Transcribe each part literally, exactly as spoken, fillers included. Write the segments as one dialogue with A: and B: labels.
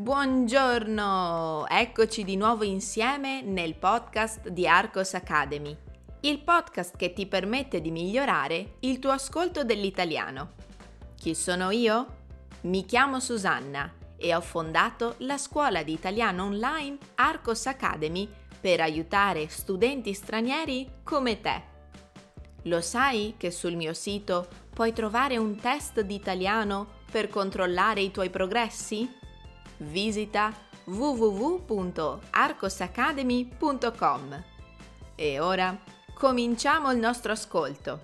A: Buongiorno! Eccoci di nuovo insieme nel podcast di Arcos Academy, il podcast che ti permette di migliorare il tuo ascolto dell'italiano. Chi sono io? Mi chiamo Susanna e ho fondato la scuola di italiano online Arcos Academy per aiutare studenti stranieri come te. Lo sai che sul mio sito puoi trovare un test di italiano per controllare i tuoi progressi? Visita w w w punto arcosacademy punto com. E ora cominciamo il nostro ascolto.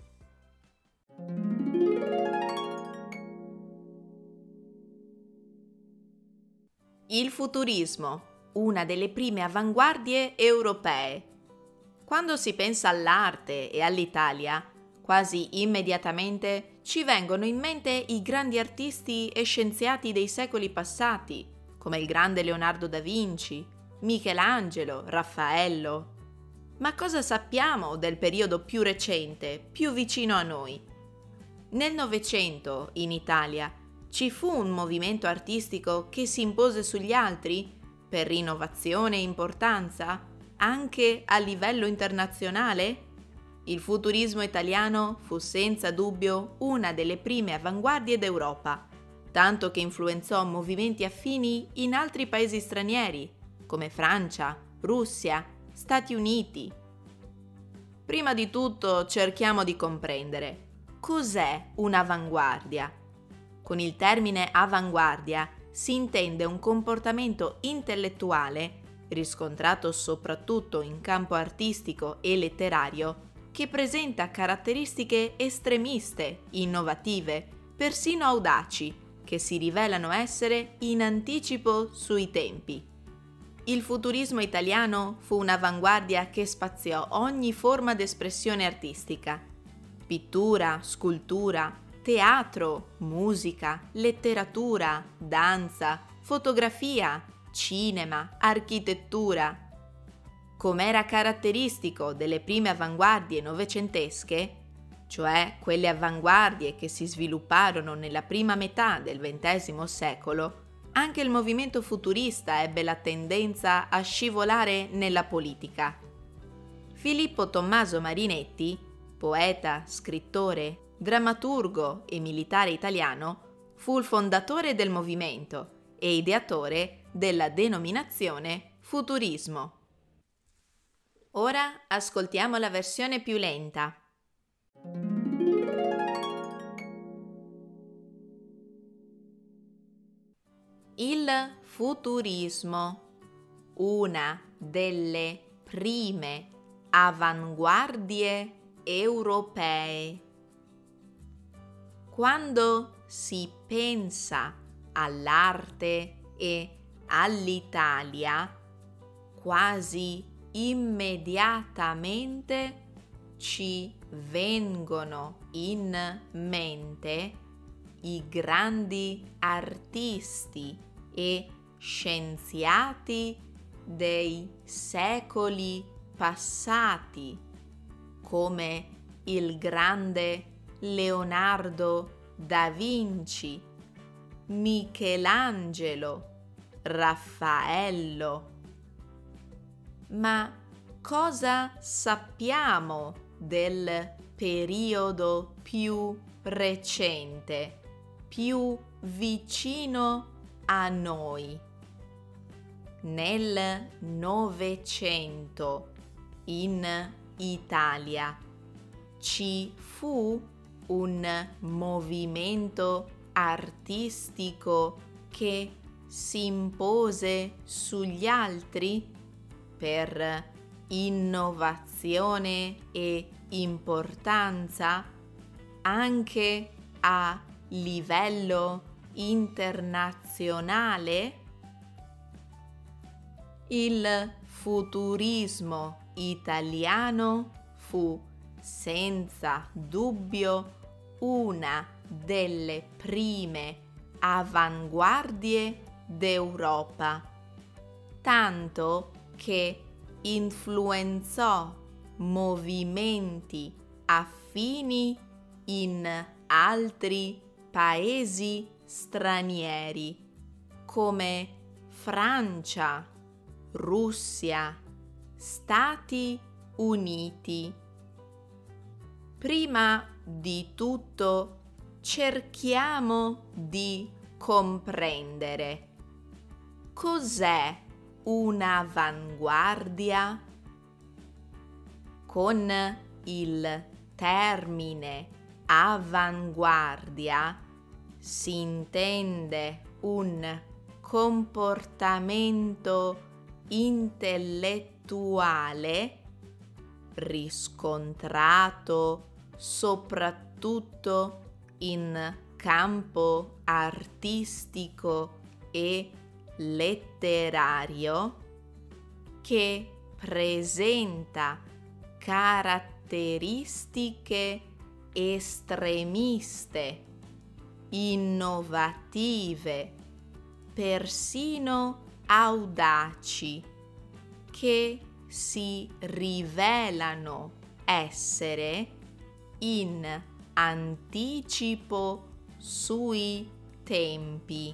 A: Il futurismo, una delle prime avanguardie europee. Quando si pensa all'arte e all'Italia, quasi immediatamente ci vengono in mente i grandi artisti e scienziati dei secoli passati, come il grande Leonardo da Vinci, Michelangelo, Raffaello. Ma cosa sappiamo del periodo più recente, più vicino a noi? Nel Novecento, in Italia, ci fu un movimento artistico che si impose sugli altri per innovazione e importanza, anche a livello internazionale? Il futurismo italiano fu senza dubbio una delle prime avanguardie d'Europa, tanto che influenzò movimenti affini in altri paesi stranieri, come Francia, Russia, Stati Uniti. Prima di tutto cerchiamo di comprendere cos'è un'avanguardia. Con il termine avanguardia si intende un comportamento intellettuale, riscontrato soprattutto in campo artistico e letterario, che presenta caratteristiche estremiste, innovative, persino audaci, che si rivelano essere in anticipo sui tempi. Il futurismo italiano fu un'avanguardia che spaziò ogni forma d'espressione artistica: pittura, scultura, teatro, musica, letteratura, danza, fotografia, cinema, architettura. Come era caratteristico delle prime avanguardie novecentesche, cioè quelle avanguardie che si svilupparono nella prima metà del ventesimo secolo, anche il movimento futurista ebbe la tendenza a scivolare nella politica. Filippo Tommaso Marinetti, poeta, scrittore, drammaturgo e militare italiano, fu il fondatore del movimento e ideatore della denominazione futurismo. Ora ascoltiamo la versione più lenta. Il futurismo, una delle prime avanguardie europee. Quando si pensa all'arte e all'Italia, quasi immediatamente ci vengono in mente i grandi artisti e scienziati dei secoli passati, come il grande Leonardo da Vinci, Michelangelo, Raffaello. Ma cosa sappiamo del periodo più recente, più vicino a noi? Nel Novecento, in Italia, ci fu un movimento artistico che si impose sugli altri per innovazione e importanza anche a livello internazionale? Il futurismo italiano fu senza dubbio una delle prime avanguardie d'Europa, tanto che influenzò movimenti affini in altri paesi stranieri, come Francia, Russia, Stati Uniti. Prima di tutto cerchiamo di comprendere cos'è un'avanguardia. Con il termine avanguardia si intende un comportamento intellettuale riscontrato soprattutto in campo artistico e letterario che presenta caratteristiche estremiste, innovative, persino audaci, che si rivelano essere in anticipo sui tempi.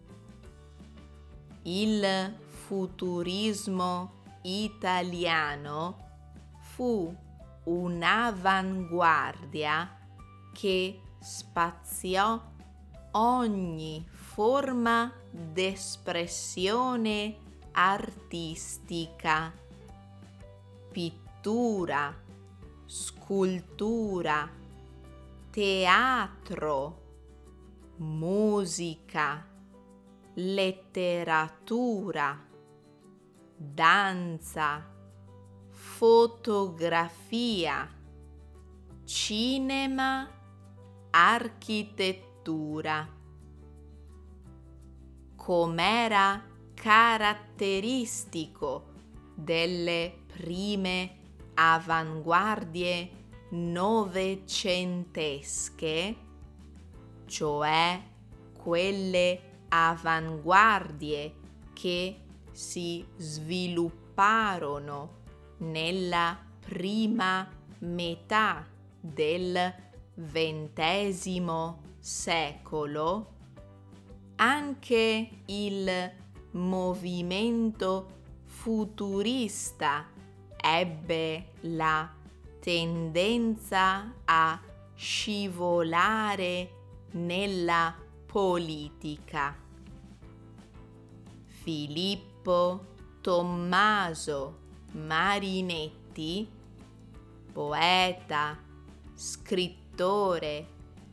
A: Il futurismo italiano fu un'avanguardia che spaziò ogni forma d'espressione artistica, pittura, scultura, teatro, musica, letteratura, danza, fotografia, cinema, architettura. Com'era caratteristico delle prime avanguardie novecentesche, cioè quelle avanguardie che si svilupparono nella prima metà del ventesimo secolo, anche il movimento futurista ebbe la tendenza a scivolare nella politica. Filippo Tommaso Marinetti, poeta, scrittore,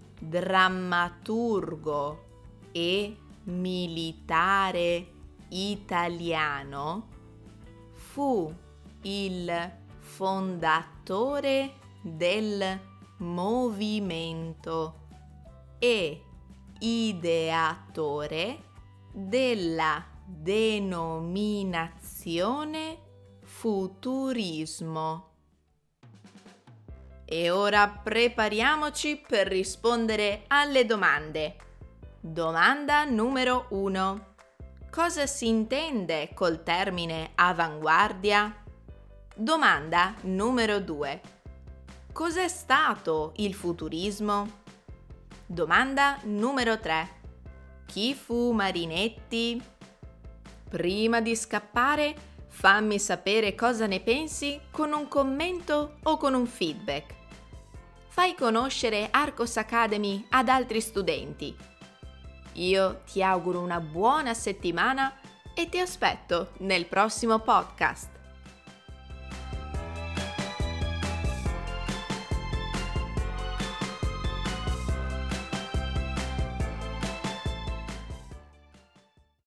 A: drammaturgo e militare italiano, fu il fondatore del movimento e ideatore della denominazione futurismo. E ora prepariamoci per rispondere alle domande. Domanda numero uno. Cosa si intende col termine avanguardia? Domanda numero due. Cos'è stato il futurismo? Domanda numero tre. Chi fu Marinetti? Prima di scappare, fammi sapere cosa ne pensi con un commento o con un feedback. Fai conoscere Arcos Academy ad altri studenti. Io ti auguro una buona settimana e ti aspetto nel prossimo podcast.